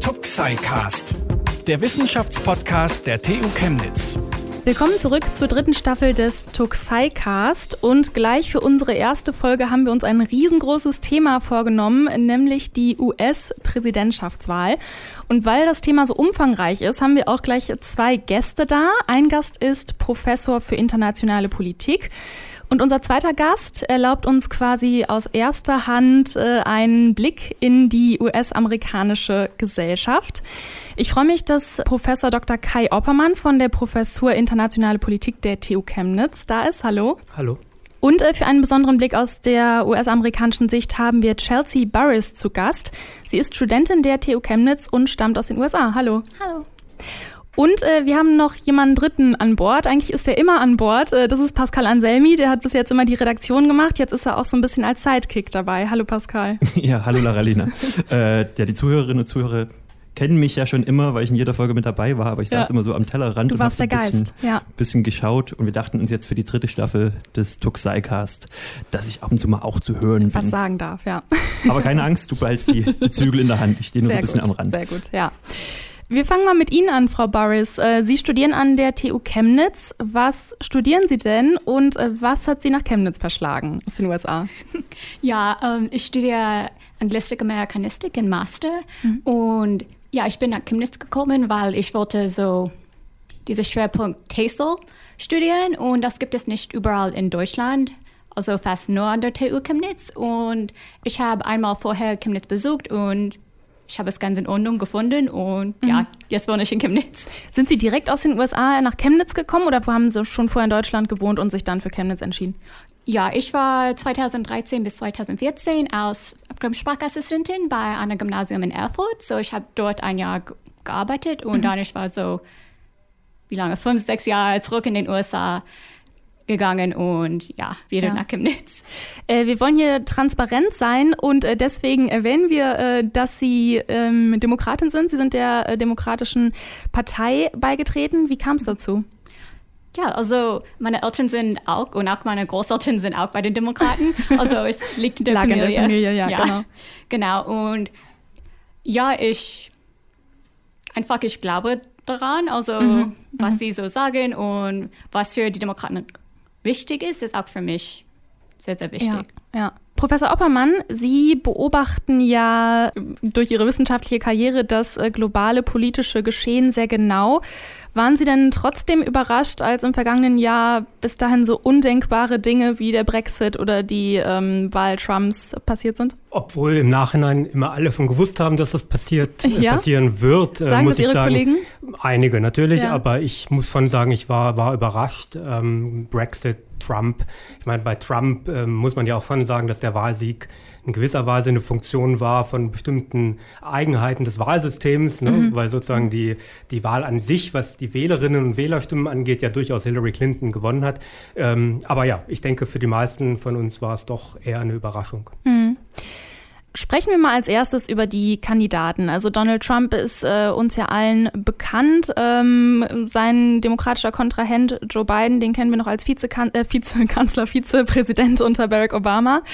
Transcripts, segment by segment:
TUCSIcast, der Wissenschaftspodcast der TU Chemnitz. Willkommen zurück zur dritten Staffel des TUCSIcast und gleich für unsere erste Folge haben wir uns ein riesengroßes Thema vorgenommen, nämlich die US-Präsidentschaftswahl. Und weil das Thema so umfangreich ist, haben wir auch gleich zwei Gäste da. Ein Gast ist Professor für internationale Politik. Und unser zweiter Gast erlaubt uns quasi aus erster Hand einen Blick in die US-amerikanische Gesellschaft. Ich freue mich, dass Professor Dr. Kai Oppermann von der Professur Internationale Politik der TU Chemnitz da ist. Hallo. Hallo. Und für einen besonderen Blick aus der US-amerikanischen Sicht haben wir Chelsea Burris zu Gast. Sie ist Studentin der TU Chemnitz und stammt aus den USA. Hallo. Hallo. Und wir haben noch jemanden Dritten an Bord. Eigentlich ist er immer an Bord. Das ist Pascal Anselmi. Der hat bis jetzt immer die Redaktion gemacht. Jetzt ist er auch so ein bisschen als Sidekick dabei. Hallo Pascal. Ja, hallo Laralina. Die Zuhörerinnen und Zuhörer kennen mich ja schon immer, weil ich in jeder Folge mit dabei war. Aber ich saß immer so am Tellerrand du und warst habe der Geist. Bisschen geschaut. Und wir dachten uns jetzt für die dritte Staffel des TUCSIcast, dass ich ab und zu mal auch zu hören bin. Was sagen darf, ja. Aber keine Angst, du behältst die Zügel in der Hand. Ich stehe nur so ein bisschen am Rand. Sehr gut, ja. Wir fangen mal mit Ihnen an, Frau Burris. Sie studieren an der TU Chemnitz. Was studieren Sie denn und was hat Sie nach Chemnitz verschlagen aus den USA? Ja, ich studiere Anglistik, Amerikanistik im Master. Und ja, ich bin nach Chemnitz gekommen, weil ich wollte so diesen Schwerpunkt TESOL studieren und das gibt es nicht überall in Deutschland, also fast nur an der TU Chemnitz. Und ich habe einmal vorher Chemnitz besucht und ich habe es ganz in Ordnung gefunden und ja, jetzt wohne ich in Chemnitz. Sind Sie direkt aus den USA nach Chemnitz gekommen oder haben Sie schon vorher in Deutschland gewohnt und sich dann für Chemnitz entschieden? Ja, ich war 2013 bis 2014 als Fremdsprachassistentin bei einem Gymnasium in Erfurt. So, ich habe dort ein Jahr gearbeitet und dann ich war so, 5, 6 Jahre zurück in den USA gegangen und ja, wieder nach Chemnitz. Wir wollen hier transparent sein und deswegen erwähnen wir, dass Sie Demokratin sind. Sie sind der Demokratischen Partei beigetreten. Wie kam es dazu? Ja, also meine Eltern sind auch und auch meine Großeltern sind auch bei den Demokraten. Also es liegt in der Familie. In der Familie, ja, genau. Und ja, ich glaube daran, also was sie so sagen und was für die Demokraten wichtig ist auch für mich sehr, sehr wichtig. Ja. Professor Oppermann, Sie beobachten ja durch Ihre wissenschaftliche Karriere das globale politische Geschehen sehr genau. Waren Sie denn trotzdem überrascht, als im vergangenen Jahr bis dahin so undenkbare Dinge wie der Brexit oder die Wahl Trumps passiert sind? Obwohl im Nachhinein immer alle von gewusst haben, dass das passieren wird. Sagen muss das ich Ihre sagen, Kollegen? Einige natürlich, aber ich muss schon sagen, ich war überrascht. Brexit, Trump. Ich meine, bei Trump muss man ja auch schon sagen, dass der Wahlsieg in gewisser Weise eine Funktion war von bestimmten Eigenheiten des Wahlsystems, weil sozusagen die Wahl an sich, was die Wählerinnen und Wählerstimmen angeht, ja durchaus Hillary Clinton gewonnen hat. Aber ja, ich denke, für die meisten von uns war es doch eher eine Überraschung. Sprechen wir mal als erstes über die Kandidaten. Also Donald Trump ist uns ja allen bekannt. Sein demokratischer Kontrahent Joe Biden, den kennen wir noch als Vizepräsident unter Barack Obama.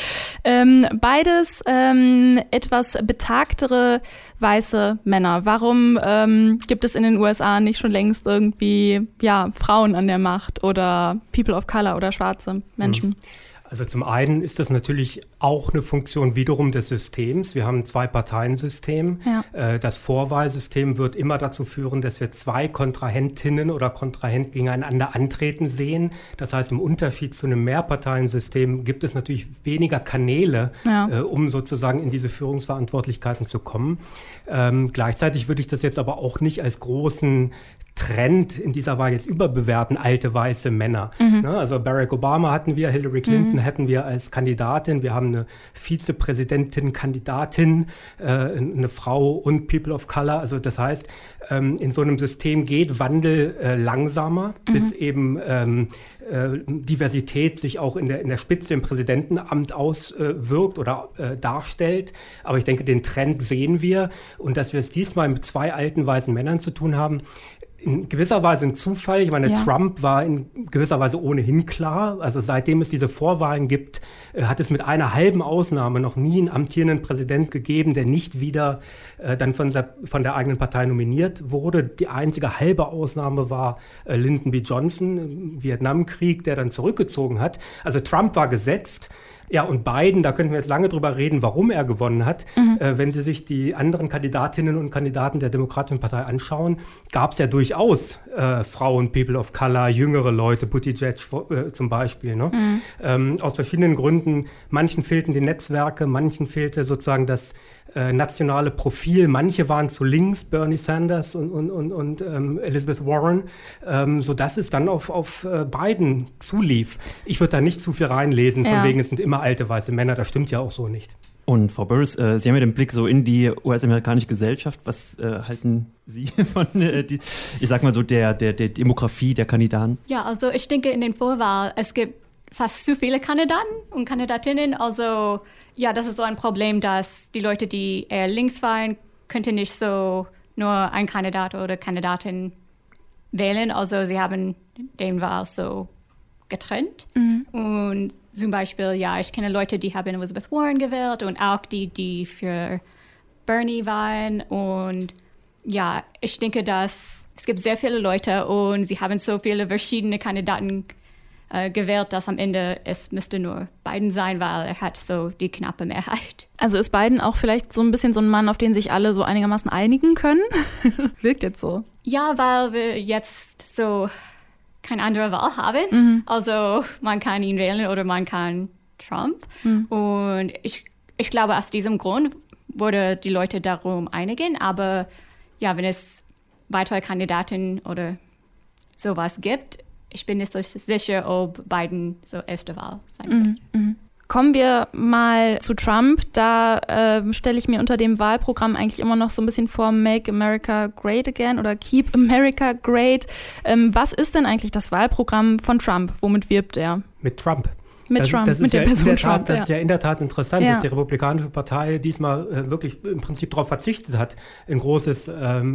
Beides etwas betagtere weiße Männer. Warum gibt es in den USA nicht schon längst irgendwie Frauen an der Macht oder People of Color oder schwarze Menschen? Also zum einen ist das natürlich auch eine Funktion wiederum des Systems. Wir haben ein Zwei-Parteien-System. Ja. Das Vorwahlsystem wird immer dazu führen, dass wir zwei Kontrahentinnen oder Kontrahenten gegeneinander antreten sehen. Das heißt, im Unterschied zu einem Mehrparteiensystem gibt es natürlich weniger Kanäle, um sozusagen in diese Führungsverantwortlichkeiten zu kommen. Gleichzeitig würde ich das jetzt aber auch nicht als großen Trend in dieser Wahl jetzt überbewerten, alte weiße Männer. Also Barack Obama hatten wir, Hillary Clinton hätten wir als Kandidatin. Wir haben eine Vizepräsidentin-Kandidatin, eine Frau und People of Color. Also das heißt, in so einem System geht Wandel langsamer, bis eben Diversität sich auch in der Spitze im Präsidentenamt auswirkt oder darstellt. Aber ich denke, den Trend sehen wir. Und dass wir es diesmal mit zwei alten weißen Männern zu tun haben, in gewisser Weise ein Zufall. Ich meine, Trump war in gewisser Weise ohnehin klar. Also seitdem es diese Vorwahlen gibt, hat es mit einer halben Ausnahme noch nie einen amtierenden Präsident gegeben, der nicht wieder dann von der eigenen Partei nominiert wurde. Die einzige halbe Ausnahme war Lyndon B. Johnson im Vietnamkrieg, der dann zurückgezogen hat. Also Trump war gesetzt. Ja, und Biden, da könnten wir jetzt lange drüber reden, warum er gewonnen hat. Wenn Sie sich die anderen Kandidatinnen und Kandidaten der Demokratischen Partei anschauen, gab es ja durchaus Frauen, People of Color, jüngere Leute, Buttigieg zum Beispiel. Ne? Aus verschiedenen Gründen. Manchen fehlten die Netzwerke, manchen fehlte sozusagen das nationale Profil. Manche waren zu links, Bernie Sanders und Elizabeth Warren, sodass es dann auf Biden zulief. Ich würde da nicht zu viel reinlesen, von wegen, es sind immer alte weiße Männer. Das stimmt ja auch so nicht. Und Frau Burris, Sie haben ja den Blick so in die US-amerikanische Gesellschaft. Was halten Sie von, ich sag mal so, der Demografie der Kandidaten? Ja, also ich denke, in den Vorwahlen, es gibt fast zu viele Kandidaten und Kandidatinnen. Also ja, das ist so ein Problem, dass die Leute, die eher links waren, könnten nicht so nur einen Kandidat oder Kandidatin wählen. Also sie haben den Wahl so getrennt. Und zum Beispiel, ja, ich kenne Leute, die haben Elizabeth Warren gewählt und auch die für Bernie waren. Und ja, ich denke, dass es gibt sehr viele Leute und sie haben so viele verschiedene Kandidaten gewählt, dass am Ende es müsste nur Biden sein, weil er hat so die knappe Mehrheit. Also ist Biden auch vielleicht so ein bisschen so ein Mann, auf den sich alle so einigermaßen einigen können? Wirkt jetzt so. Ja, weil wir jetzt so keine andere Wahl haben. Also man kann ihn wählen oder man kann Trump. Und ich glaube, aus diesem Grund wurde die Leute darum einigen. Aber ja, wenn es weitere Kandidaten oder sowas gibt, ich bin nicht so sicher, ob Biden so erste Wahl sein wird. Kommen wir mal zu Trump. Da stelle ich mir unter dem Wahlprogramm eigentlich immer noch so ein bisschen vor, Make America Great Again oder Keep America Great. Was ist denn eigentlich das Wahlprogramm von Trump? Womit wirbt er? Mit Trump. Mit der Person Trump. Das ist ja in der Tat interessant, dass die Republikanische Partei diesmal wirklich im Prinzip darauf verzichtet hat, ein großes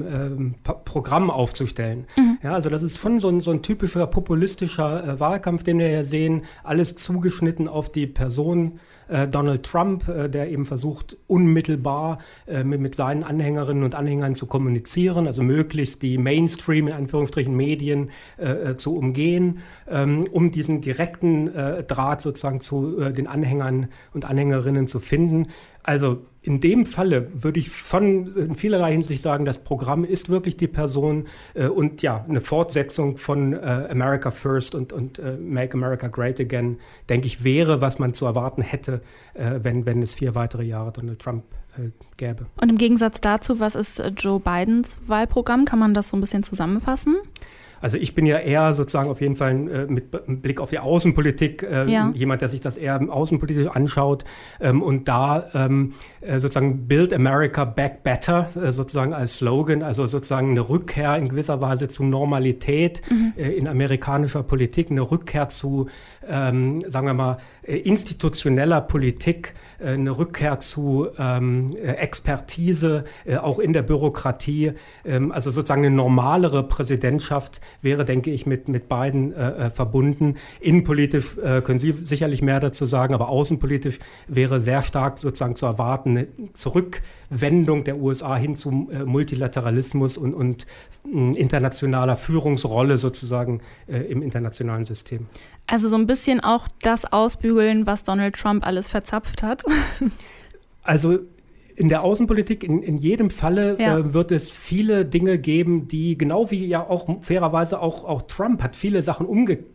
Programm aufzustellen. Ja, also das ist schon so ein typischer populistischer Wahlkampf, den wir ja sehen, alles zugeschnitten auf die Person Donald Trump, der eben versucht, unmittelbar mit seinen Anhängerinnen und Anhängern zu kommunizieren, also möglichst die Mainstream, in Anführungsstrichen, Medien zu umgehen, um diesen direkten Draht sozusagen zu den Anhängern und Anhängerinnen zu finden. Also in dem Falle würde ich schon in vielerlei Hinsicht sagen, das Programm ist wirklich die Person und ja, eine Fortsetzung von America First und Make America Great Again, denke ich, wäre, was man zu erwarten hätte, wenn es 4 weitere Jahre Donald Trump gäbe. Und im Gegensatz dazu, was ist Joe Bidens Wahlprogramm? Kann man das so ein bisschen zusammenfassen? Also ich bin ja eher sozusagen auf jeden Fall mit Blick auf die Außenpolitik jemand, der sich das eher außenpolitisch anschaut und da sozusagen Build America Back Better sozusagen als Slogan, also sozusagen eine Rückkehr in gewisser Weise zu Normalität in amerikanischer Politik, eine Rückkehr zu, sagen wir mal, institutioneller Politik, eine Rückkehr zu Expertise, auch in der Bürokratie, also sozusagen eine normalere Präsidentschaft wäre, denke ich, mit Biden verbunden. Innenpolitisch können Sie sicherlich mehr dazu sagen, aber außenpolitisch wäre sehr stark sozusagen zu erwarten, eine Zurückwendung der USA hin zu Multilateralismus und internationaler Führungsrolle sozusagen im internationalen System. Also so ein bisschen auch das ausbügeln, was Donald Trump alles verzapft hat. Also in der Außenpolitik, in jedem Falle wird es viele Dinge geben, die genau wie ja auch fairerweise auch Trump hat viele Sachen umgedreht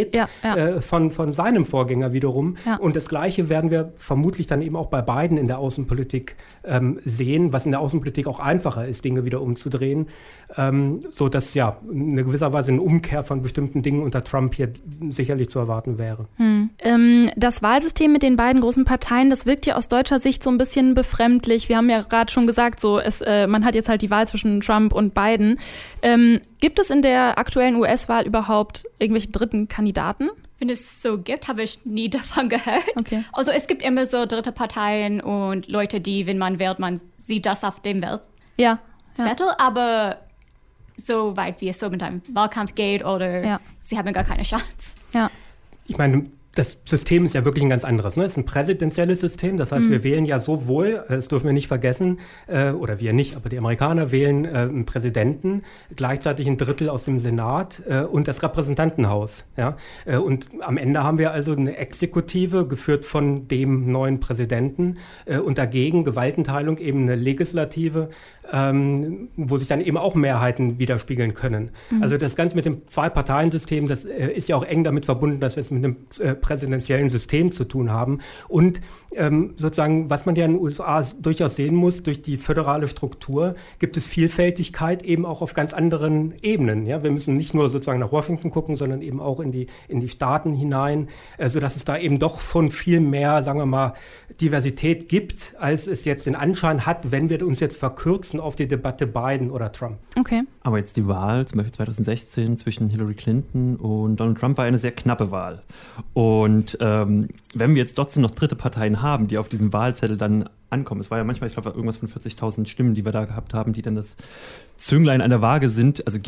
von seinem Vorgänger wiederum. Ja. Und das Gleiche werden wir vermutlich dann eben auch bei Biden in der Außenpolitik sehen, was in der Außenpolitik auch einfacher ist, Dinge wieder umzudrehen, sodass ja in gewisser Weise eine Umkehr von bestimmten Dingen unter Trump hier sicherlich zu erwarten wäre. Das Wahlsystem mit den beiden großen Parteien, das wirkt ja aus deutscher Sicht so ein bisschen befremdlich. Wir haben ja gerade schon gesagt, man hat jetzt halt die Wahl zwischen Trump und Biden. Gibt es in der aktuellen US-Wahl überhaupt irgendwelche dritten Kandidaten? Wenn es so gibt, habe ich nie davon gehört. Okay. Also es gibt immer so dritte Parteien und Leute, die, wenn man wählt, man sieht das auf dem Wahlzettel, aber so weit, wie es so mit einem Wahlkampf geht, oder sie haben gar keine Chance. Ja. Ich meine, das System ist ja wirklich ein ganz anderes. Ne? Es ist ein präsidentielles System, das heißt, wir wählen ja sowohl, das dürfen wir nicht vergessen, oder wir nicht, aber die Amerikaner wählen einen Präsidenten, gleichzeitig ein Drittel aus dem Senat und das Repräsentantenhaus. Ja? Und am Ende haben wir also eine Exekutive, geführt von dem neuen Präsidenten, und dagegen Gewaltenteilung eben eine Legislative, wo sich dann eben auch Mehrheiten widerspiegeln können. Also das Ganze mit dem Zwei-Parteien-System, das ist ja auch eng damit verbunden, dass wir es mit einem präsidentiellen System zu tun haben. Und sozusagen, was man ja in den USA durchaus sehen muss, durch die föderale Struktur gibt es Vielfältigkeit eben auch auf ganz anderen Ebenen. Ja? Wir müssen nicht nur sozusagen nach Washington gucken, sondern eben auch in die Staaten hinein, sodass es da eben doch schon viel mehr, sagen wir mal, Diversität gibt, als es jetzt den Anschein hat, wenn wir uns jetzt verkürzen auf die Debatte Biden oder Trump. Okay. Aber jetzt die Wahl, zum Beispiel 2016 zwischen Hillary Clinton und Donald Trump, war eine sehr knappe Wahl. Und wenn wir jetzt trotzdem noch dritte Parteien haben, die auf diesem Wahlzettel dann ankommen, es war ja manchmal, ich glaube, irgendwas von 40.000 Stimmen, die wir da gehabt haben, die dann das Zünglein an der Waage sind. Also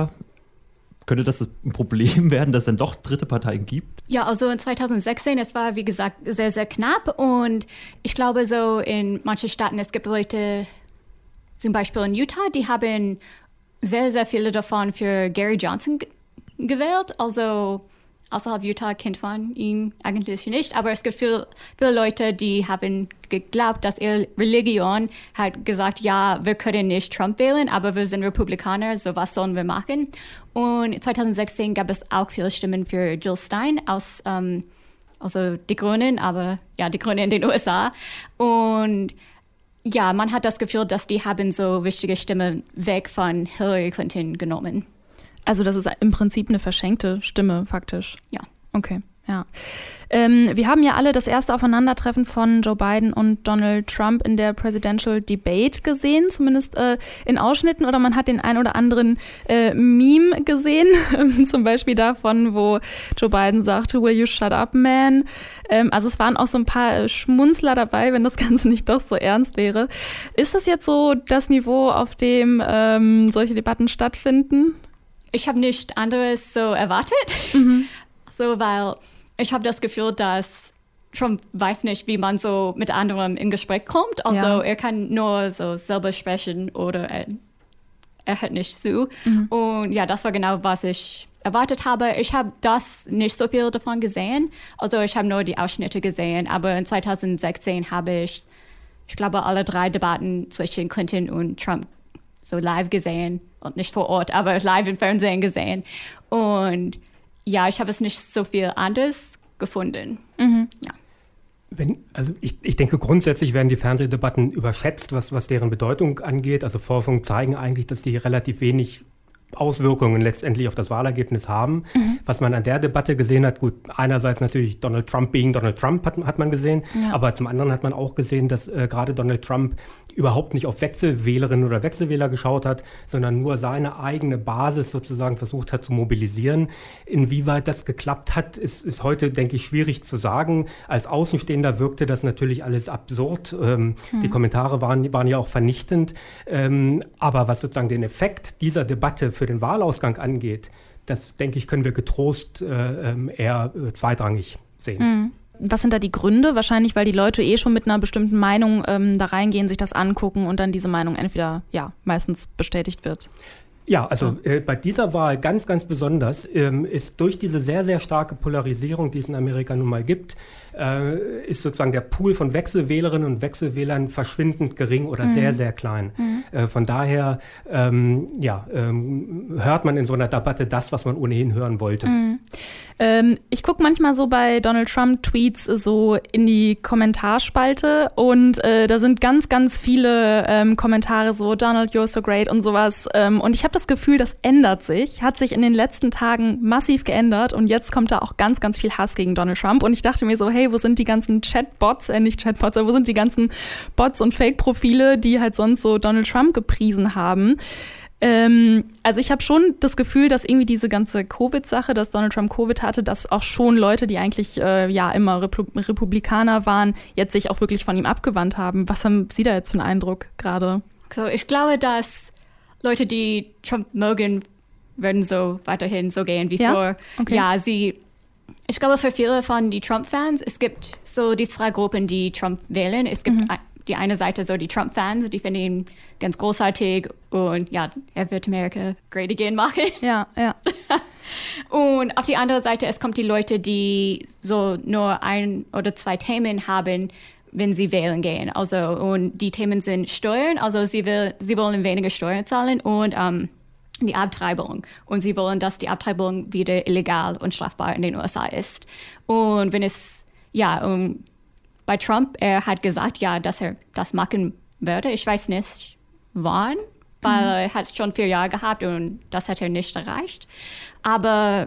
könnte das ein Problem werden, dass es dann doch dritte Parteien gibt? Ja, also in 2016, es war, wie gesagt, sehr, sehr knapp. Und ich glaube, so in manchen Staaten, es gibt Leute, zum Beispiel in Utah, die haben sehr, sehr viele davon für Gary Johnson gewählt. Also außerhalb Utah kennt man ihn eigentlich nicht. Aber es gibt viele Leute, die haben geglaubt, dass ihre Religion hat gesagt, ja, wir können nicht Trump wählen, aber wir sind Republikaner, so was sollen wir machen? Und 2016 gab es auch viele Stimmen für Jill Stein aus also die Grünen, aber ja, die Grünen in den USA. Und ja, man hat das Gefühl, dass die haben so wichtige Stimmen weg von Hillary Clinton genommen. Also das ist im Prinzip eine verschenkte Stimme, faktisch. Ja. Okay, ja. Wir haben ja alle das erste Aufeinandertreffen von Joe Biden und Donald Trump in der Presidential Debate gesehen, zumindest in Ausschnitten, oder man hat den ein oder anderen Meme gesehen, zum Beispiel davon, wo Joe Biden sagte, "Will you shut up, man?" Also es waren auch so ein paar Schmunzler dabei, wenn das Ganze nicht doch so ernst wäre. Ist das jetzt so das Niveau, auf dem solche Debatten stattfinden? Ich habe nicht anderes so erwartet, so, weil ich habe das Gefühl, dass Trump weiß nicht, wie man so mit anderen in Gespräch kommt. Also er kann nur so selber sprechen oder er hört nicht zu. Und ja, das war genau, was ich erwartet habe. Ich habe das nicht so viel davon gesehen. Also ich habe nur die Ausschnitte gesehen. Aber in 2016 habe ich glaube, alle 3 Debatten zwischen Clinton und Trump so live gesehen. Und nicht vor Ort, aber live im Fernsehen gesehen. Und ja, ich habe es nicht so viel anders gefunden. Ja. Ich denke, grundsätzlich werden die Fernsehdebatten überschätzt, was deren Bedeutung angeht. Also Forschungen zeigen eigentlich, dass die relativ wenig Auswirkungen letztendlich auf das Wahlergebnis haben. Was man an der Debatte gesehen hat, gut, einerseits natürlich Donald Trump being Donald Trump hat man gesehen, aber zum anderen hat man auch gesehen, dass gerade Donald Trump überhaupt nicht auf Wechselwählerinnen oder Wechselwähler geschaut hat, sondern nur seine eigene Basis sozusagen versucht hat zu mobilisieren. Inwieweit das geklappt hat, ist heute, denke ich, schwierig zu sagen. Als Außenstehender wirkte das natürlich alles absurd. Die Kommentare waren ja auch vernichtend. Aber was sozusagen den Effekt dieser Debatte für den Wahlausgang angeht, das, denke ich, können wir getrost eher zweitrangig sehen. Was sind da die Gründe? Wahrscheinlich, weil die Leute schon mit einer bestimmten Meinung da reingehen, sich das angucken und dann diese Meinung entweder, meistens bestätigt wird. Ja, also bei dieser Wahl ganz, ganz besonders ist durch diese sehr, sehr starke Polarisierung, die es in Amerika nun mal gibt, ist sozusagen der Pool von Wechselwählerinnen und Wechselwählern verschwindend gering oder sehr, sehr klein. Von daher hört man in so einer Debatte das, was man ohnehin hören wollte. Ich gucke manchmal so bei Donald Trump-Tweets so in die Kommentarspalte und da sind ganz, ganz viele Kommentare so, Donald, you're so great und sowas. Und ich habe das Gefühl, das ändert sich, hat sich in den letzten Tagen massiv geändert und jetzt kommt da auch ganz, ganz viel Hass gegen Donald Trump. Und ich dachte mir so, hey, wo sind die ganzen Chatbots, nicht Chatbots, aber wo sind die ganzen Bots und Fake-Profile, die halt sonst so Donald Trump gepriesen haben? Also ich habe schon das Gefühl, dass irgendwie diese ganze Covid-Sache, dass Donald Trump Covid hatte, dass auch schon Leute, die eigentlich immer Republikaner waren, jetzt sich auch wirklich von ihm abgewandt haben. Was haben Sie da jetzt für einen Eindruck gerade? So, ich glaube, dass Leute, die Trump mögen, werden so weiterhin so gehen wie vor. Okay. Ja, ich glaube, für viele von die Trump-Fans, es gibt so die 2 Gruppen, die Trump wählen. Es gibt die eine Seite, so die Trump-Fans, die finden ihn ganz großartig und ja, er wird Amerika great again machen. Ja. Und auf die andere Seite, es kommt die Leute, die so nur 1 oder 2 Themen haben, wenn sie wählen gehen. Also, und die Themen sind Steuern, also sie wollen weniger Steuern zahlen und die Abtreibung. Und sie wollen, dass die Abtreibung wieder illegal und strafbar in den USA ist. Und wenn es, bei Trump, er hat gesagt, ja, dass er das machen würde. Ich weiß nicht, wann, weil er hat schon 4 Jahre gehabt und das hat er nicht erreicht. Aber,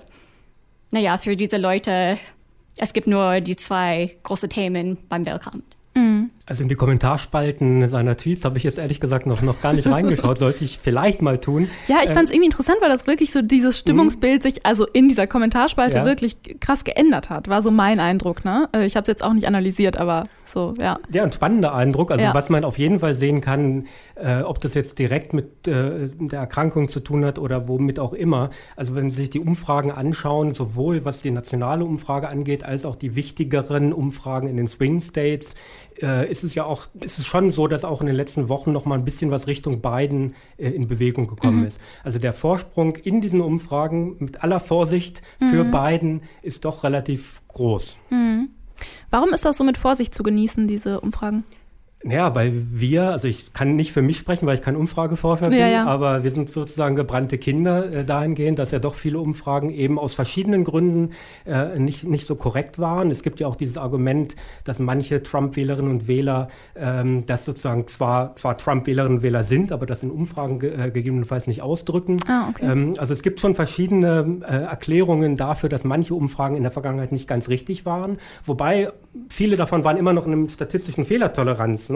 für diese Leute, es gibt nur die 2 große Themen beim Wahlkampf. Also in die Kommentarspalten seiner Tweets habe ich jetzt ehrlich gesagt noch gar nicht reingeschaut. Sollte ich vielleicht mal tun. Ja, ich fand es irgendwie interessant, weil das wirklich so dieses Stimmungsbild sich also in dieser Kommentarspalte wirklich krass geändert hat. War so mein Eindruck, ne? Ich habe es jetzt auch nicht analysiert, aber so, ja. Ja, ein spannender Eindruck. Also was man auf jeden Fall sehen kann, ob das jetzt direkt mit der Erkrankung zu tun hat oder womit auch immer. Also wenn Sie sich die Umfragen anschauen, sowohl was die nationale Umfrage angeht, als auch die wichtigeren Umfragen in den Swing States, ist es schon so, dass auch in den letzten Wochen noch mal ein bisschen was Richtung Biden in Bewegung gekommen ist. Also der Vorsprung in diesen Umfragen mit aller Vorsicht für Biden ist doch relativ groß. Warum ist das so mit Vorsicht zu genießen, diese Umfragen? Ja, weil also ich kann nicht für mich sprechen, weil ich kein Umfrageforscher bin, aber wir sind sozusagen gebrannte Kinder dahingehend, dass ja doch viele Umfragen eben aus verschiedenen Gründen nicht so korrekt waren. Es gibt ja auch dieses Argument, dass manche Trump-Wählerinnen und Wähler das sozusagen zwar Trump-Wählerinnen und Wähler sind, aber das in Umfragen gegebenenfalls nicht ausdrücken. Okay. Also es gibt schon verschiedene Erklärungen dafür, dass manche Umfragen in der Vergangenheit nicht ganz richtig waren, wobei viele davon waren immer noch in einem statistischen Fehlertoleranz.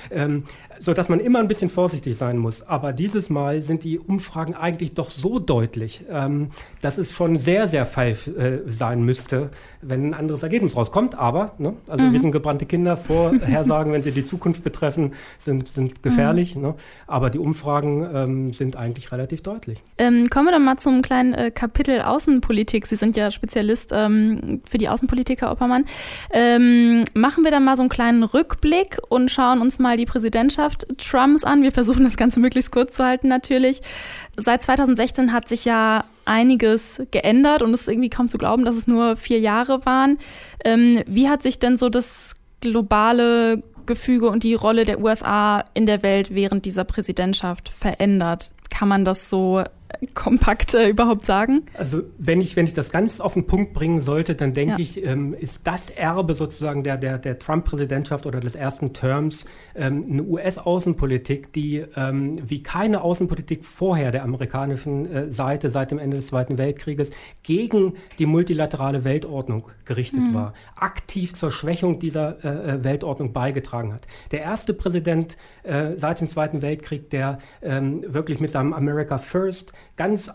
So dass man immer ein bisschen vorsichtig sein muss. Aber dieses Mal sind die Umfragen eigentlich doch so deutlich, dass es schon sehr, sehr falsch sein müsste, wenn ein anderes Ergebnis rauskommt. Aber, wir sind gebrannte Kinder, Vorhersagen, wenn sie die Zukunft betreffen, sind gefährlich. Aber die Umfragen sind eigentlich relativ deutlich. Kommen wir dann mal zum kleinen Kapitel Außenpolitik. Sie sind ja Spezialist für die Außenpolitik, Herr Oppermann. Machen wir dann mal so einen kleinen Rückblick und schauen uns mal die Präsidentschaft Trumps an. Wir versuchen das Ganze möglichst kurz zu halten natürlich. Seit 2016 hat sich ja einiges geändert und es ist irgendwie kaum zu glauben, dass es nur 4 Jahre waren. Wie hat sich denn so das globale Gefüge und die Rolle der USA in der Welt während dieser Präsidentschaft verändert? Kann man das so kompakt überhaupt sagen? Also wenn ich das ganz auf den Punkt bringen sollte, dann denke ich, ist das Erbe sozusagen der Trump-Präsidentschaft oder des ersten Terms eine US-Außenpolitik, die wie keine Außenpolitik vorher der amerikanischen Seite seit dem Ende des Zweiten Weltkrieges gegen die multilaterale Weltordnung gerichtet war, aktiv zur Schwächung dieser Weltordnung beigetragen hat. Der erste Präsident seit dem Zweiten Weltkrieg, der wirklich mit seinem America First ganz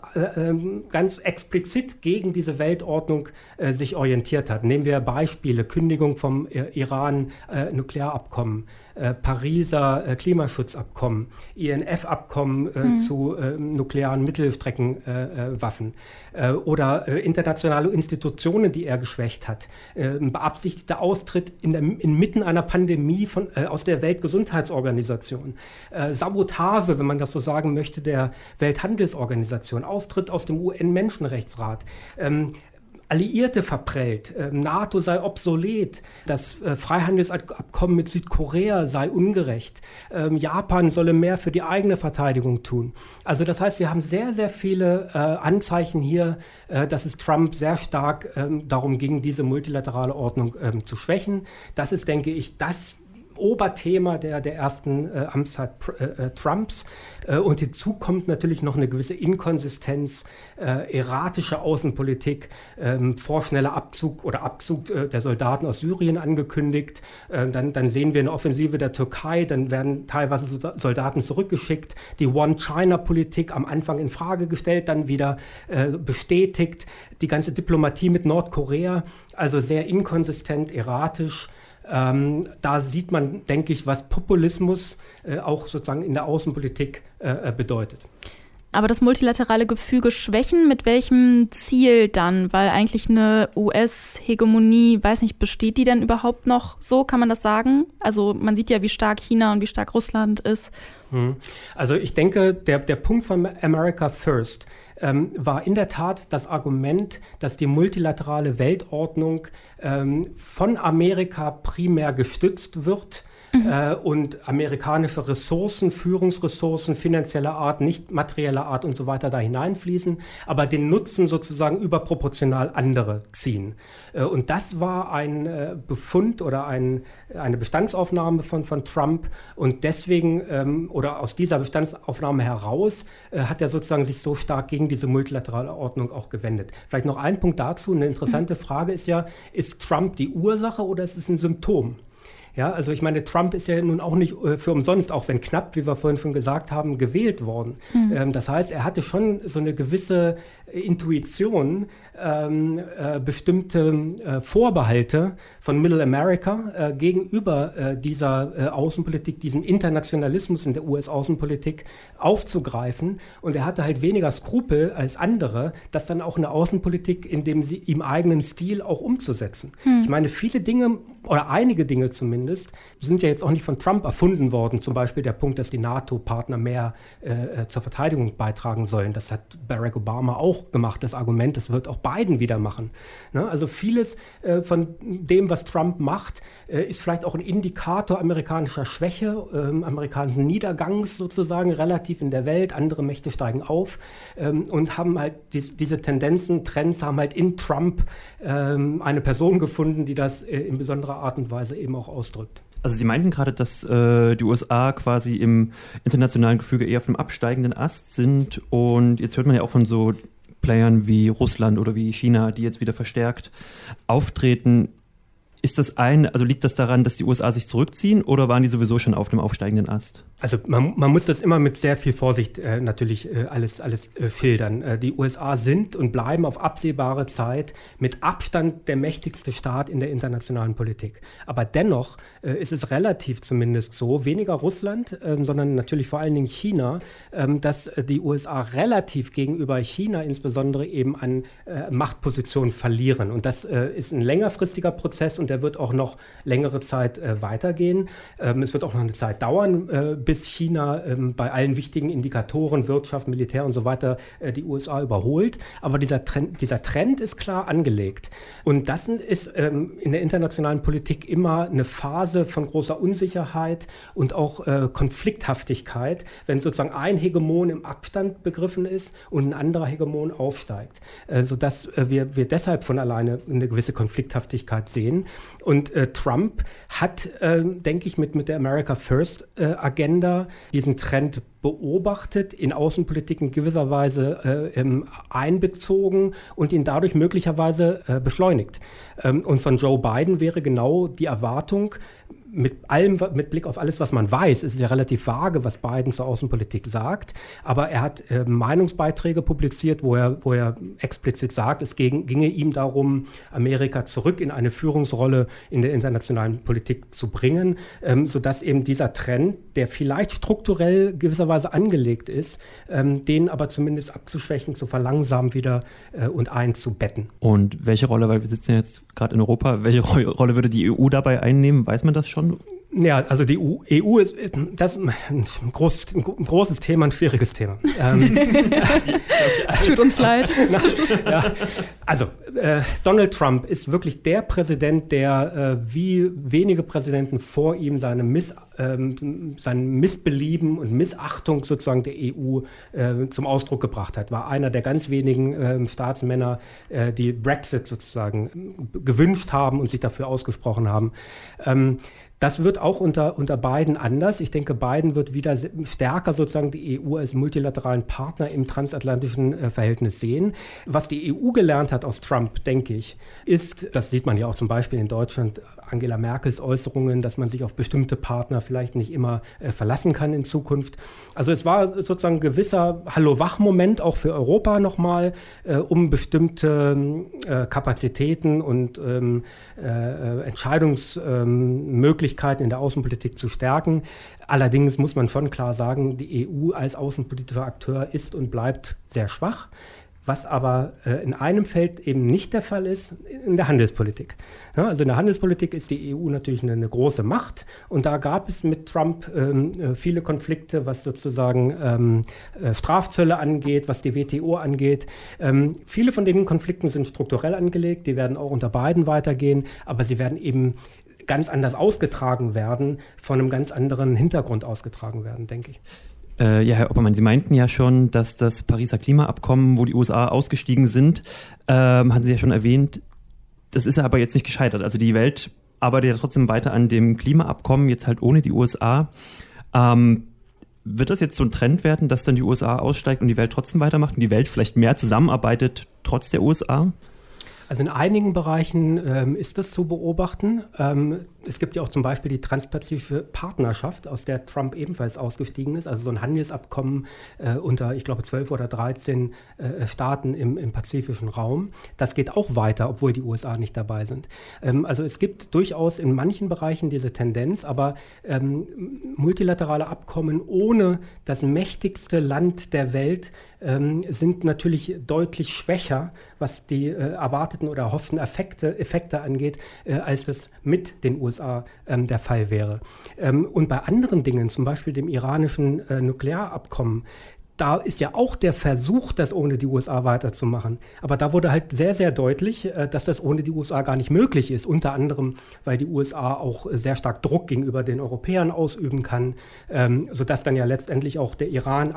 explizit gegen diese Weltordnung sich orientiert hat. Nehmen wir Beispiele: Kündigung vom Iran-Nuklearabkommen, Pariser Klimaschutzabkommen, INF-Abkommen zu nuklearen Mittelstreckenwaffen oder internationale Institutionen, die er geschwächt hat. Beabsichtigter Austritt inmitten einer Pandemie aus der Weltgesundheitsorganisation. Sabotage, wenn man das so sagen möchte, der Welthandelsorganisation. Austritt aus dem UN-Menschenrechtsrat. Alliierte verprellt, NATO sei obsolet, das Freihandelsabkommen mit Südkorea sei ungerecht, Japan solle mehr für die eigene Verteidigung tun. Also das heißt, wir haben sehr, sehr viele Anzeichen hier, dass es Trump sehr stark darum ging, diese multilaterale Ordnung zu schwächen. Das ist, denke ich, das Oberthema der ersten Amtszeit Trumps. Und hinzu kommt natürlich noch eine gewisse Inkonsistenz, erratische Außenpolitik, vorschneller Abzug der Soldaten aus Syrien angekündigt. Dann sehen wir eine Offensive der Türkei, dann werden teilweise Soldaten zurückgeschickt. Die One-China-Politik am Anfang in Frage gestellt, dann wieder bestätigt. Die ganze Diplomatie mit Nordkorea, also sehr inkonsistent, erratisch. Da sieht man, denke ich, was Populismus auch sozusagen in der Außenpolitik bedeutet. Aber das multilaterale Gefüge schwächen, mit welchem Ziel dann? Weil eigentlich eine US-Hegemonie, weiß nicht, besteht die denn überhaupt noch so? Kann man das sagen? Also man sieht ja, wie stark China und wie stark Russland ist. Also ich denke, der Punkt von America First war in der Tat das Argument, dass die multilaterale Weltordnung von Amerika primär gestützt wird. Und amerikanische Ressourcen, Führungsressourcen, finanzieller Art, nicht materieller Art und so weiter da hineinfließen, aber den Nutzen sozusagen überproportional andere ziehen. Und das war ein Befund oder eine Bestandsaufnahme von Trump und deswegen oder aus dieser Bestandsaufnahme heraus hat er sozusagen sich so stark gegen diese multilaterale Ordnung auch gewendet. Vielleicht noch ein Punkt dazu, eine interessante Frage ist ja, ist Trump die Ursache oder ist es ein Symptom? Ja, also ich meine, Trump ist ja nun auch nicht für umsonst, auch wenn knapp, wie wir vorhin schon gesagt haben, gewählt worden. Das heißt, er hatte schon so eine gewisse Intuition, bestimmte Vorbehalte von Middle America gegenüber dieser Außenpolitik, diesem Internationalismus in der US-Außenpolitik aufzugreifen. Und er hatte halt weniger Skrupel als andere, das dann auch in der Außenpolitik in dem im eigenen Stil auch umzusetzen. Ich meine, viele Dinge oder einige Dinge zumindest sind ja jetzt auch nicht von Trump erfunden worden. Zum Beispiel der Punkt, dass die NATO-Partner mehr zur Verteidigung beitragen sollen. Das hat Barack Obama auch gemacht, das Argument. Das wird auch Biden wieder machen. Ne? Also vieles von dem, was Trump macht, ist vielleicht auch ein Indikator amerikanischer Schwäche, amerikanischen Niedergangs sozusagen relativ in der Welt. Andere Mächte steigen auf und haben halt diese Tendenzen, Trends, haben halt in Trump eine Person gefunden, die das in besonderer Art und Weise eben auch ausdrückt. Also Sie meinten gerade, dass die USA quasi im internationalen Gefüge eher auf dem absteigenden Ast sind und jetzt hört man ja auch von so Playern wie Russland oder wie China, die jetzt wieder verstärkt auftreten. Also liegt das daran, dass die USA sich zurückziehen oder waren die sowieso schon auf dem aufsteigenden Ast? Also man muss das immer mit sehr viel Vorsicht natürlich alles schildern. Die USA sind und bleiben auf absehbare Zeit mit Abstand der mächtigste Staat in der internationalen Politik. Aber dennoch ist es relativ zumindest so, weniger Russland, sondern natürlich vor allen Dingen China, dass die USA relativ gegenüber China insbesondere eben an Machtpositionen verlieren. Und das ist ein längerfristiger Prozess und der wird auch noch längere Zeit weitergehen. Es wird auch noch eine Zeit dauern, bis China bei allen wichtigen Indikatoren, Wirtschaft, Militär und so weiter, die USA überholt. Aber dieser Trend ist klar angelegt. Und das ist in der internationalen Politik immer eine Phase von großer Unsicherheit und auch Konflikthaftigkeit, wenn sozusagen ein Hegemon im Abstand begriffen ist und ein anderer Hegemon aufsteigt. Sodass wir deshalb von alleine eine gewisse Konflikthaftigkeit sehen. Und Trump hat, denke ich, mit der America First Agenda diesen Trend beobachtet, in Außenpolitik in gewisser Weise einbezogen und ihn dadurch möglicherweise beschleunigt. Und von Joe Biden wäre genau die Erwartung, mit Blick auf alles, was man weiß, es ist ja relativ vage, was Biden zur Außenpolitik sagt, aber er hat Meinungsbeiträge publiziert, wo er explizit sagt, es ginge ihm darum, Amerika zurück in eine Führungsrolle in der internationalen Politik zu bringen, sodass eben dieser Trend, der vielleicht strukturell gewisserweise angelegt ist, den aber zumindest abzuschwächen, zu verlangsamen wieder und einzubetten. Und welche Rolle, weil wir sitzen jetzt gerade in Europa, welche Rolle würde die EU dabei einnehmen? Weiß man das schon? Ja, also die EU ist das ein großes Thema, ein schwieriges Thema. Es tut uns leid. Donald Trump ist wirklich der Präsident, der wie wenige Präsidenten vor ihm sein Missbelieben und Missachtung sozusagen der EU zum Ausdruck gebracht hat. War einer der ganz wenigen Staatsmänner, die Brexit sozusagen gewünscht haben und sich dafür ausgesprochen haben. Das wird auch unter Biden anders. Ich denke, Biden wird wieder stärker sozusagen die EU als multilateralen Partner im transatlantischen Verhältnis sehen. Was die EU gelernt hat aus Trump, denke ich, ist, das sieht man ja auch zum Beispiel in Deutschland Angela Merkels Äußerungen, dass man sich auf bestimmte Partner vielleicht nicht immer verlassen kann in Zukunft. Also es war sozusagen ein gewisser Hallo-Wach-Moment auch für Europa nochmal, um bestimmte Kapazitäten und Entscheidungsmöglichkeiten in der Außenpolitik zu stärken. Allerdings muss man schon klar sagen, die EU als außenpolitischer Akteur ist und bleibt sehr schwach. Was aber in einem Feld eben nicht der Fall ist, in der Handelspolitik. Ja, also in der Handelspolitik ist die EU natürlich eine große Macht und da gab es mit Trump viele Konflikte, was sozusagen Strafzölle angeht, was die WTO angeht. Viele von den Konflikten sind strukturell angelegt, die werden auch unter Biden weitergehen, aber sie werden eben ganz anders ausgetragen werden, von einem ganz anderen Hintergrund ausgetragen werden, denke ich. Ja, Herr Oppermann, Sie meinten ja schon, dass das Pariser Klimaabkommen, wo die USA ausgestiegen sind, hatten Sie ja schon erwähnt, das ist aber jetzt nicht gescheitert. Also die Welt arbeitet ja trotzdem weiter an dem Klimaabkommen, jetzt halt ohne die USA. Wird das jetzt so ein Trend werden, dass dann die USA aussteigt und die Welt trotzdem weitermacht und die Welt vielleicht mehr zusammenarbeitet trotz der USA? Also in einigen Bereichen ist das zu beobachten. Es gibt ja auch zum Beispiel die Transpazifische Partnerschaft, aus der Trump ebenfalls ausgestiegen ist. Also so ein Handelsabkommen unter, ich glaube, 12 oder 13 Staaten im pazifischen Raum. Das geht auch weiter, obwohl die USA nicht dabei sind. Also es gibt durchaus in manchen Bereichen diese Tendenz, aber multilaterale Abkommen ohne das mächtigste Land der Welt sind natürlich deutlich schwächer, was die erwarteten oder erhofften Effekte angeht, als das mit den USA der Fall wäre. Und bei anderen Dingen, zum Beispiel dem iranischen Nuklearabkommen, da ist ja auch der Versuch, das ohne die USA weiterzumachen. Aber da wurde halt sehr, sehr deutlich, dass das ohne die USA gar nicht möglich ist. Unter anderem, weil die USA auch sehr stark Druck gegenüber den Europäern ausüben kann, sodass dann ja letztendlich auch der Iran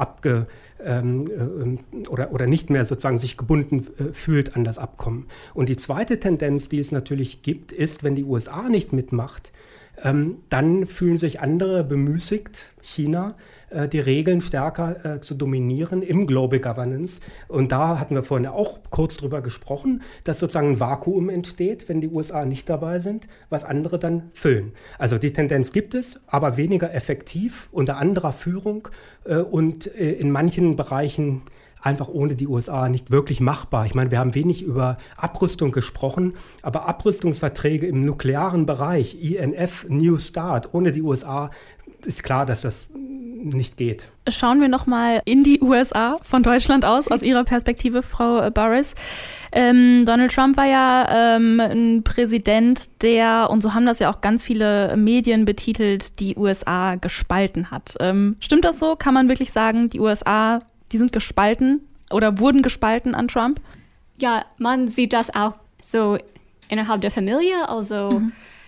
oder nicht mehr sozusagen sich gebunden fühlt an das Abkommen. Und die zweite Tendenz, die es natürlich gibt, ist, wenn die USA nicht mitmacht, dann fühlen sich andere bemüßigt, China, die Regeln stärker zu dominieren im Global Governance. Und da hatten wir vorhin auch kurz drüber gesprochen, dass sozusagen ein Vakuum entsteht, wenn die USA nicht dabei sind, was andere dann füllen. Also die Tendenz gibt es, aber weniger effektiv, unter anderer Führung und in manchen Bereichen einfach ohne die USA nicht wirklich machbar. Ich meine, wir haben wenig über Abrüstung gesprochen, aber Abrüstungsverträge im nuklearen Bereich, INF, New START, ohne die USA ist klar, dass das nicht geht. Schauen wir nochmal in die USA von Deutschland aus Ihrer Perspektive, Frau Burris. Donald Trump war ja ein Präsident, der, und so haben das ja auch ganz viele Medien betitelt, die USA gespalten hat. Stimmt das so? Kann man wirklich sagen, die USA, die sind gespalten oder wurden gespalten an Trump? Ja, man sieht das auch so innerhalb der Familie, also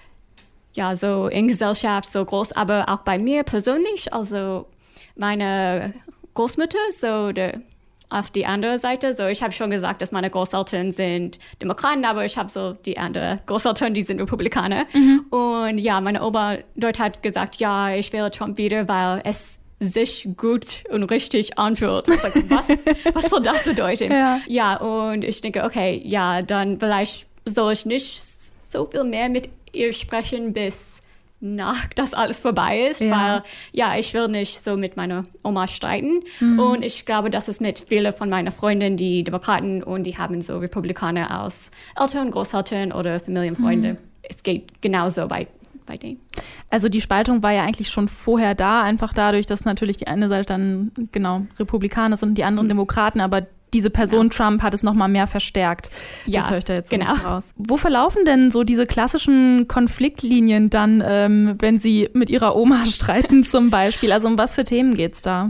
ja, so in Gesellschaft so groß, aber auch bei mir persönlich, also meine Großmutter, so auf die andere Seite, so ich habe schon gesagt, dass meine Großeltern sind Demokraten, aber ich habe so die andere Großeltern, die sind Republikaner. Und ja, meine Oma dort hat gesagt, ja, ich wähle Trump wieder, weil es sich gut und richtig anfühlt. Ich sag, was soll das bedeuten? Ja, und ich denke, okay, ja, dann vielleicht soll ich nicht so viel mehr mit ihr sprechen, bis nach das alles vorbei ist, weil ja, ich will nicht so mit meiner Oma streiten. Und ich glaube, das ist mit vielen von meinen Freunden, die Demokraten, und die haben so Republikaner als Eltern, Großeltern oder Familienfreunde. Es geht genauso bei denen. Also die Spaltung war ja eigentlich schon vorher da, einfach dadurch, dass natürlich die eine Seite dann Republikaner sind und die anderen Demokraten, aber diese Person Trump hat es noch mal mehr verstärkt. Ja, das höre ich da jetzt so raus. Wo verlaufen denn so diese klassischen Konfliktlinien dann, wenn Sie mit Ihrer Oma streiten zum Beispiel? Also um was für Themen geht's da?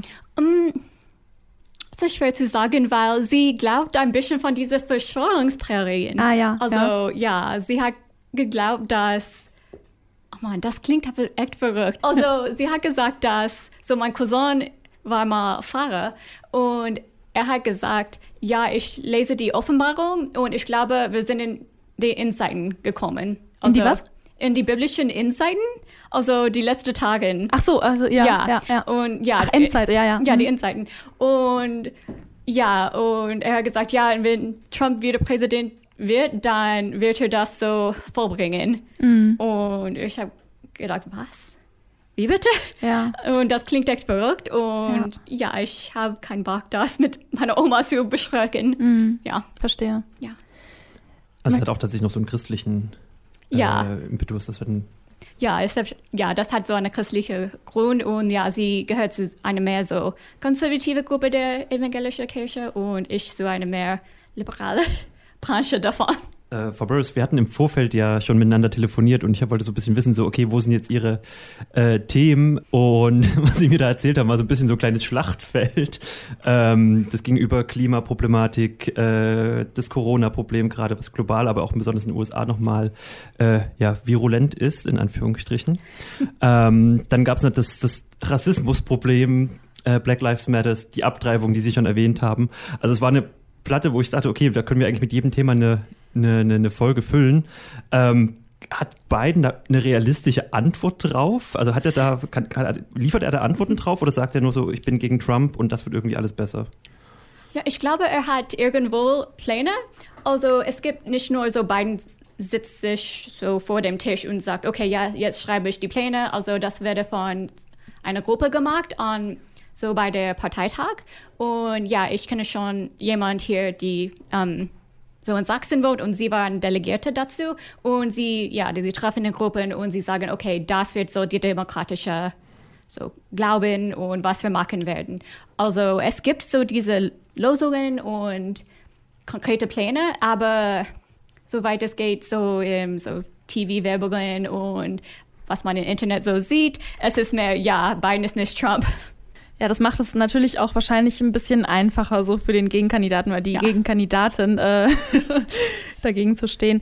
Das ist schwer zu sagen, weil sie glaubt ein bisschen von diesen Verschwörungstheorien. Also sie hat geglaubt, dass das klingt aber echt verrückt. Also sie hat gesagt, dass so mein Cousin war mal Pfarrer und er hat gesagt, ja, ich lese die Offenbarung und ich glaube, wir sind in die Insighten gekommen. Also, in die was? In die biblischen Insighten, also die letzten Tage. Ach so, also ja. Und Endzeit, ja. Ja, die Insighten. Und er hat gesagt, ja, wenn Trump wieder Präsident wird, dann wird er das so vollbringen. Und ich habe gedacht, was? Wie bitte? Ja. Und das klingt echt verrückt. Und ja, ich habe keinen Bock, das mit meiner Oma zu besprechen. Ja. Verstehe. Ja. Also es hat auch tatsächlich noch so einen christlichen Impetus, das wird das hat so einen christlichen Grund und ja, sie gehört zu einer mehr so konservative Gruppe der evangelischen Kirche und ich zu einer mehr liberale Branche davon. Frau Burris, wir hatten im Vorfeld ja schon miteinander telefoniert und ich wollte so ein bisschen wissen, so okay, wo sind jetzt Ihre Themen? Und was Sie mir da erzählt haben, war so ein bisschen so ein kleines Schlachtfeld. Das ging über Klimaproblematik, das Corona-Problem, gerade was global, aber auch besonders in den USA nochmal virulent ist, in Anführungsstrichen. Dann gab es noch das Rassismusproblem, Black Lives Matter, die Abtreibung, die Sie schon erwähnt haben. Also es war eine Platte, wo ich dachte, okay, da können wir eigentlich mit jedem Thema eine Folge füllen. Hat Biden da eine realistische Antwort drauf? Also liefert er da Antworten drauf oder sagt er nur so, ich bin gegen Trump und das wird irgendwie alles besser? Ja, ich glaube, er hat irgendwo Pläne. Also es gibt nicht nur so, Biden sitzt sich so vor dem Tisch und sagt, okay, ja, jetzt schreibe ich die Pläne. Also das werde von einer Gruppe gemacht so bei der Parteitag. Und ja, ich kenne schon jemand hier, die so in Sachsen wohnt und sie waren Delegierte dazu. Und sie treffen in Gruppen und sie sagen, okay, das wird so die demokratische so Glauben und was wir machen werden. Also es gibt so diese Lösungen und konkrete Pläne, aber soweit es geht, so TV-Werbungen und was man im Internet so sieht, es ist mehr, ja, Biden ist nicht Trump. Ja, das macht es natürlich auch wahrscheinlich ein bisschen einfacher so für den Gegenkandidaten oder die Gegenkandidatin dagegen zu stehen.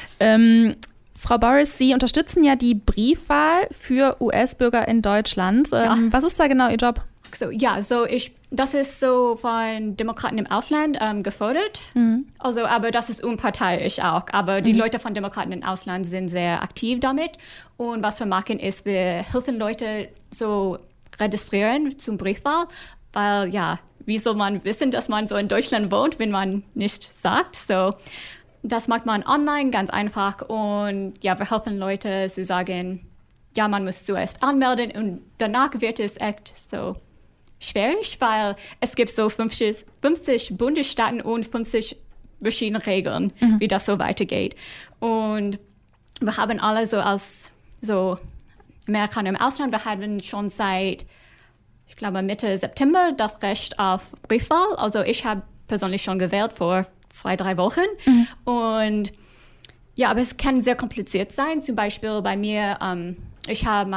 Frau Burris, Sie unterstützen ja die Briefwahl für US-Bürger in Deutschland. Was ist da genau Ihr Job? Das ist so von Demokraten im Ausland gefördert. Also, aber das ist unparteiisch auch. Aber die Leute von Demokraten im Ausland sind sehr aktiv damit. Und was wir machen ist, wir helfen Leute so registrieren zum Briefwahl, weil ja, wie soll man wissen, dass man so in Deutschland wohnt, wenn man nicht sagt? So, das macht man online, ganz einfach. Und ja, wir helfen Leute zu sagen, ja, man muss zuerst anmelden und danach wird es echt so schwierig, weil es gibt so 50 Bundesstaaten und 50 verschiedene Regeln, wie das so weitergeht. Und wir haben alle so als so Amerikaner im Ausland, wir haben schon seit, ich glaube, Mitte September das Recht auf Briefwahl. Also ich habe persönlich schon gewählt vor 2-3 Wochen. Und ja, aber es kann sehr kompliziert sein. Zum Beispiel bei mir, ich habe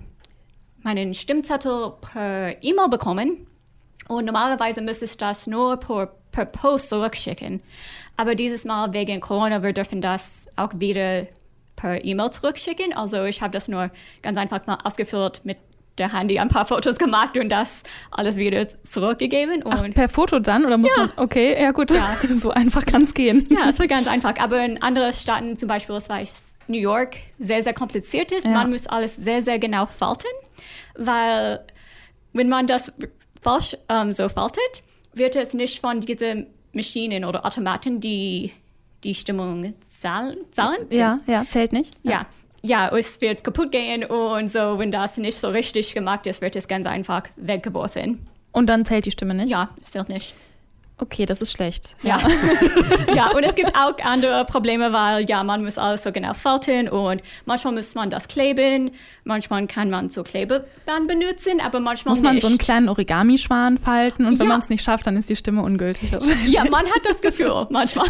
meinen Stimmzettel per E-Mail bekommen. Und normalerweise müsste ich das nur per Post zurückschicken. Aber dieses Mal wegen Corona, wir dürfen das auch wieder per E-Mail zurückschicken. Also ich habe das nur ganz einfach mal ausgefüllt mit der Handy, ein paar Fotos gemacht und das alles wieder zurückgegeben. Und per Foto dann? Oder muss man? Okay, ja gut. Ja. So einfach kann es gehen. Ja, es war ganz einfach. Aber in anderen Staaten, zum Beispiel New York, sehr, sehr kompliziert ist. Ja. Man muss alles sehr, sehr genau falten, weil wenn man das falsch so faltet, wird es nicht von diesen Maschinen oder Automaten, die Stimmung zahlen. Ja, zählt nicht. Ja, es wird kaputt gehen und so, wenn das nicht so richtig gemacht ist, wird es ganz einfach weggeworfen. Und dann zählt die Stimme nicht? Ja, zählt nicht. Okay, das ist schlecht. Ja. Ja, und es gibt auch andere Probleme, weil ja, man muss alles so genau falten und manchmal muss man das kleben, manchmal kann man so Klebeband benutzen, aber manchmal muss man nicht. So einen kleinen Origami-Schwan falten und wenn man es nicht schafft, dann ist die Stimme ungültig. Ja, man hat das Gefühl manchmal.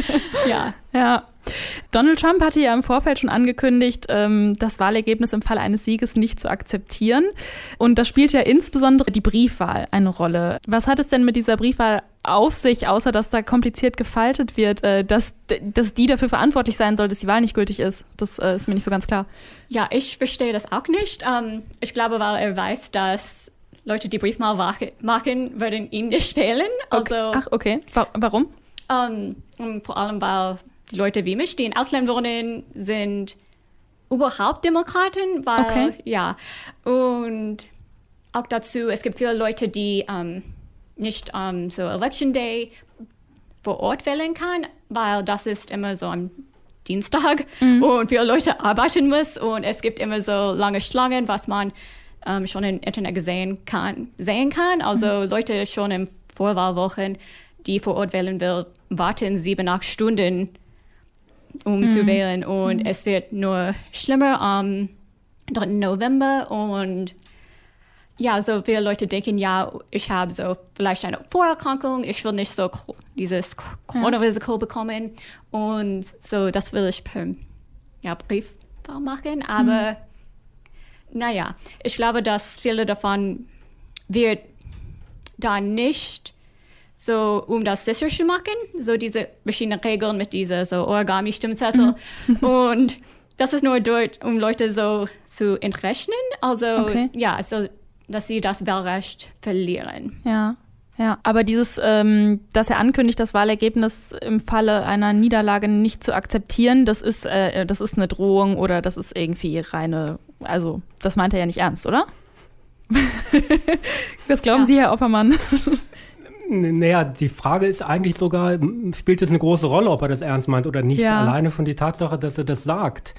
Ja. Donald Trump hatte ja im Vorfeld schon angekündigt, das Wahlergebnis im Falle eines Sieges nicht zu akzeptieren. Und da spielt ja insbesondere die Briefwahl eine Rolle. Was hat es denn mit dieser Briefwahl auf sich, außer dass da kompliziert gefaltet wird, dass die dafür verantwortlich sein soll, dass die Wahl nicht gültig ist? Das ist mir nicht so ganz klar. Ja, ich verstehe das auch nicht. Ich glaube, weil er weiß, dass Leute, die Briefwahl machen, würden ihn nicht wählen. Also, Ach, okay. Warum? Vor allem, weil die Leute wie mich, die im Ausland wohnen, sind überhaupt Demokraten, weil, und auch dazu, es gibt viele Leute, die nicht so Election Day vor Ort wählen kann, weil das ist immer so am Dienstag und viele Leute arbeiten müssen und es gibt immer so lange Schlangen, was man schon im Internet sehen kann. Also Leute schon im Vorwahlwochen, die vor Ort wählen will, warten 7-8 Stunden, um zu wählen. Und es wird nur schlimmer am 3. November. Und ja, so viele Leute denken, ja, ich habe so vielleicht eine Vorerkrankung, ich will nicht so dieses Corona-Risiko bekommen. Und so, das will ich per Briefwahl machen. Aber naja, ich glaube, dass viele davon wird da nicht so, um das sicher zu machen, so diese verschiedenen Regeln mit dieser so Origami-Stimmzettel. Und das ist nur dort, um Leute so zu entrechnen. Also, ja, so, dass sie das Wahlrecht verlieren. Ja, aber dieses, dass er ankündigt, das Wahlergebnis im Falle einer Niederlage nicht zu akzeptieren, das ist eine Drohung oder das ist irgendwie also das meint er ja nicht ernst, oder? Was glauben Sie, Herr Oppermann? Naja, die Frage ist eigentlich sogar, spielt es eine große Rolle, ob er das ernst meint oder nicht? Ja. Alleine von der Tatsache, dass er das sagt,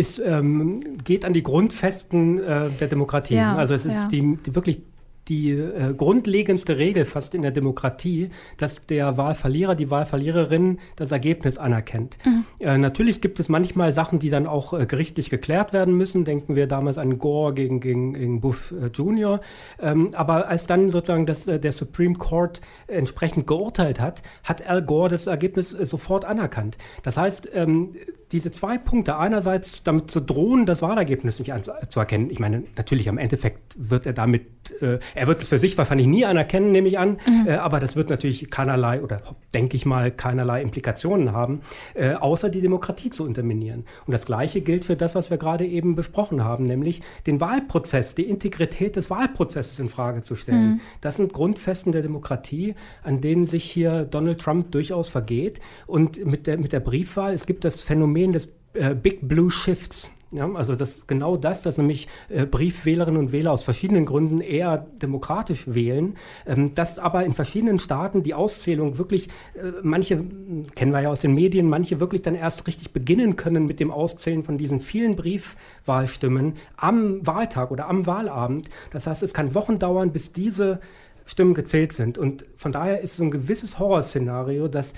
geht an die Grundfesten der Demokratie. Ja. Also es ist wirklich die grundlegendste Regel fast in der Demokratie, dass der Wahlverlierer, die Wahlverliererin das Ergebnis anerkennt. Natürlich gibt es manchmal Sachen, die dann auch gerichtlich geklärt werden müssen. Denken wir damals an Gore gegen Bush Jr. Aber als dann sozusagen der Supreme Court entsprechend geurteilt hat Al Gore das Ergebnis sofort anerkannt. Das heißt, diese 2 Punkte, einerseits damit zu drohen, das Wahlergebnis nicht anzuerkennen. Ich meine, natürlich am Endeffekt wird er damit, er wird es für sich wahrscheinlich nie anerkennen, nehme ich an, aber das wird natürlich keinerlei, oder denke ich mal, keinerlei Implikationen haben, außer die Demokratie zu unterminieren. Und das Gleiche gilt für das, was wir gerade eben besprochen haben, nämlich den Wahlprozess, die Integrität des Wahlprozesses in Frage zu stellen. Das sind Grundfesten der Demokratie, an denen sich hier Donald Trump durchaus vergeht. Und mit der Briefwahl, es gibt das Phänomen des Big Blue Shifts. Ja, also dass nämlich Briefwählerinnen und Wähler aus verschiedenen Gründen eher demokratisch wählen, dass aber in verschiedenen Staaten die Auszählung wirklich, manche kennen wir ja aus den Medien, manche wirklich dann erst richtig beginnen können mit dem Auszählen von diesen vielen Briefwahlstimmen am Wahltag oder am Wahlabend. Das heißt, es kann Wochen dauern, bis diese Stimmen gezählt sind. Und von daher ist so ein gewisses Horrorszenario, dass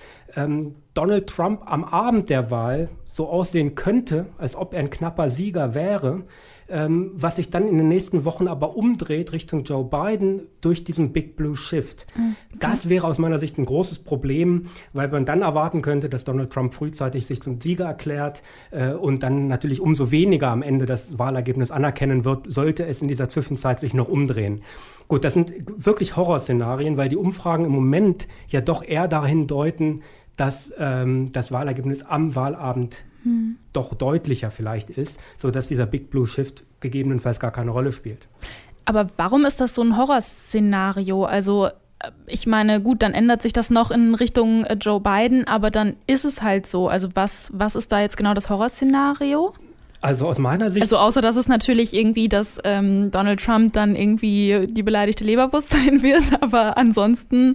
Donald Trump am Abend der Wahl so aussehen könnte, als ob er ein knapper Sieger wäre, was sich dann in den nächsten Wochen aber umdreht Richtung Joe Biden durch diesen Big Blue Shift. Das wäre aus meiner Sicht ein großes Problem, weil man dann erwarten könnte, dass Donald Trump frühzeitig sich zum Sieger erklärt und dann natürlich umso weniger am Ende das Wahlergebnis anerkennen wird, sollte es in dieser Zwischenzeit sich noch umdrehen. Gut, das sind wirklich Horrorszenarien, weil die Umfragen im Moment ja doch eher dahin deuten, dass das Wahlergebnis am Wahlabend doch deutlicher vielleicht ist, sodass dieser Big Blue Shift gegebenenfalls gar keine Rolle spielt. Aber warum ist das so ein Horrorszenario? Also ich meine, gut, dann ändert sich das noch in Richtung Joe Biden, aber dann ist es halt so. Also was ist da jetzt genau das Horrorszenario? Also aus meiner Sicht... Also außer, dass es natürlich irgendwie, dass Donald Trump dann irgendwie die beleidigte Leberwurst sein wird, aber ansonsten...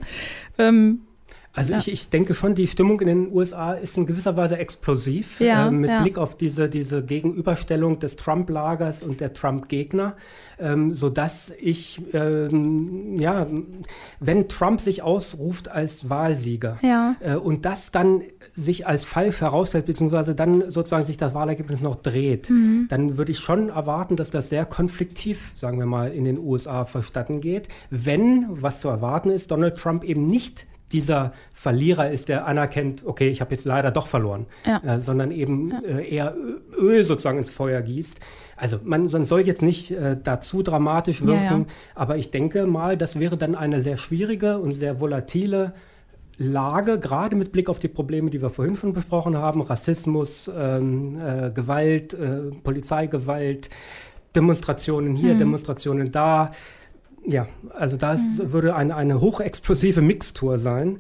Also ich denke schon, die Stimmung in den USA ist in gewisser Weise explosiv, mit Blick auf diese Gegenüberstellung des Trump-Lagers und der Trump-Gegner, sodass wenn Trump sich ausruft als Wahlsieger und das dann sich als falsch herausstellt, beziehungsweise dann sozusagen sich das Wahlergebnis noch dreht, dann würde ich schon erwarten, dass das sehr konfliktiv, sagen wir mal, in den USA vonstatten geht, wenn, was zu erwarten ist, Donald Trump eben nicht dieser Verlierer ist, der anerkennt, okay, ich habe jetzt leider doch verloren, sondern eben eher Öl sozusagen ins Feuer gießt. Also man soll jetzt nicht dazu dramatisch wirken, aber ich denke mal, das wäre dann eine sehr schwierige und sehr volatile Lage, gerade mit Blick auf die Probleme, die wir vorhin schon besprochen haben, Rassismus, Gewalt, Polizeigewalt, Demonstrationen hier, Demonstrationen da. Ja, also das würde eine hochexplosive Mixtur sein,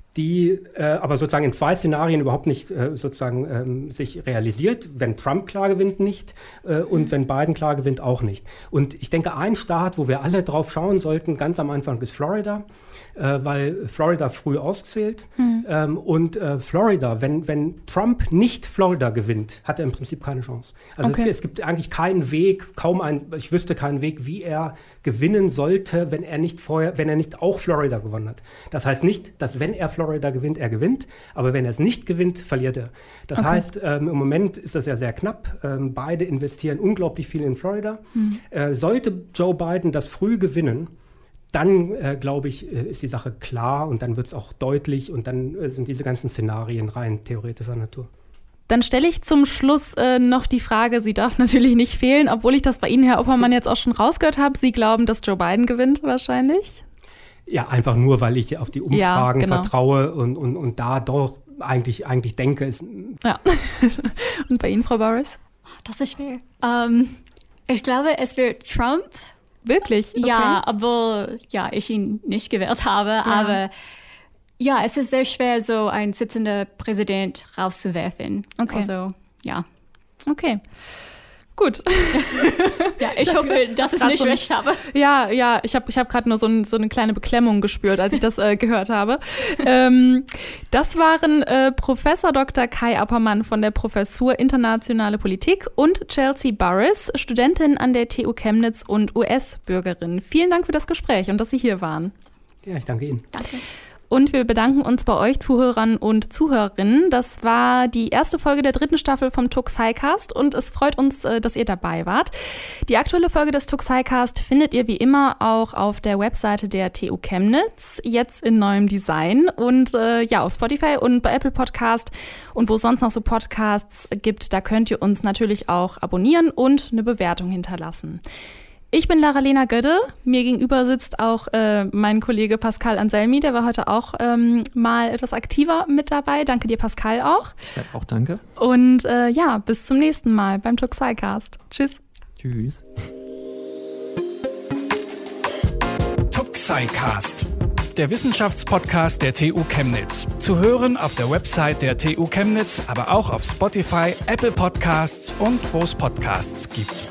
die aber sozusagen in 2 Szenarien überhaupt nicht sich realisiert. Wenn Trump klar gewinnt, nicht und wenn Biden klar gewinnt, auch nicht. Und ich denke, ein Staat, wo wir alle drauf schauen sollten, ganz am Anfang ist Florida, weil Florida früh auszählt. Und Florida, wenn Trump nicht Florida gewinnt, hat er im Prinzip keine Chance. Also es gibt eigentlich keinen Weg, ich wüsste keinen Weg, wie er gewinnen sollte, wenn er nicht auch Florida gewonnen hat. Das heißt nicht, dass wenn er Florida gewinnt, er gewinnt, aber wenn er es nicht gewinnt, verliert er. Das heißt, im Moment ist das ja sehr knapp. Beide investieren unglaublich viel in Florida. Sollte Joe Biden das früh gewinnen, dann, glaube ich, ist die Sache klar und dann wird es auch deutlich und dann sind diese ganzen Szenarien rein theoretischer Natur. Dann stelle ich zum Schluss noch die Frage, sie darf natürlich nicht fehlen, obwohl ich das bei Ihnen, Herr Oppermann, jetzt auch schon rausgehört habe. Sie glauben, dass Joe Biden gewinnt wahrscheinlich? Ja, einfach nur, weil ich auf die Umfragen vertraue und da doch eigentlich denke, es... Ja. Und bei Ihnen, Frau Burris? Das ist schwer. Ich glaube, es wird Trump. Wirklich? Okay. Ja, obwohl ich ihn nicht gewählt habe, aber ja, es ist sehr schwer, so einen sitzenden Präsident rauszuwerfen. Okay. Also, ja. Okay. Gut. Ja, ich hoffe, dass ich nicht recht habe. Ja, ich hab gerade nur so eine kleine Beklemmung gespürt, als ich das gehört habe. Das waren Professor Dr. Kai Oppermann von der Professur Internationale Politik und Chelsea Burris, Studentin an der TU Chemnitz und US-Bürgerin. Vielen Dank für das Gespräch und dass Sie hier waren. Ja, ich danke Ihnen. Danke. Und wir bedanken uns bei euch Zuhörern und Zuhörerinnen. Das war die erste Folge der 3. Staffel vom Tuxicast und es freut uns, dass ihr dabei wart. Die aktuelle Folge des Tuxicast findet ihr wie immer auch auf der Webseite der TU Chemnitz, jetzt in neuem Design und auf Spotify und bei Apple Podcast und wo es sonst noch so Podcasts gibt, da könnt ihr uns natürlich auch abonnieren und eine Bewertung hinterlassen. Ich bin Lara-Lena Gödde. Mir gegenüber sitzt auch mein Kollege Pascal Anselmi. Der war heute auch mal etwas aktiver mit dabei. Danke dir, Pascal, auch. Ich sage auch danke. Und bis zum nächsten Mal beim Tuxicast. Tschüss. Tschüss. Tuxicast, der Wissenschaftspodcast der TU Chemnitz. Zu hören auf der Website der TU Chemnitz, aber auch auf Spotify, Apple Podcasts und wo es Podcasts gibt.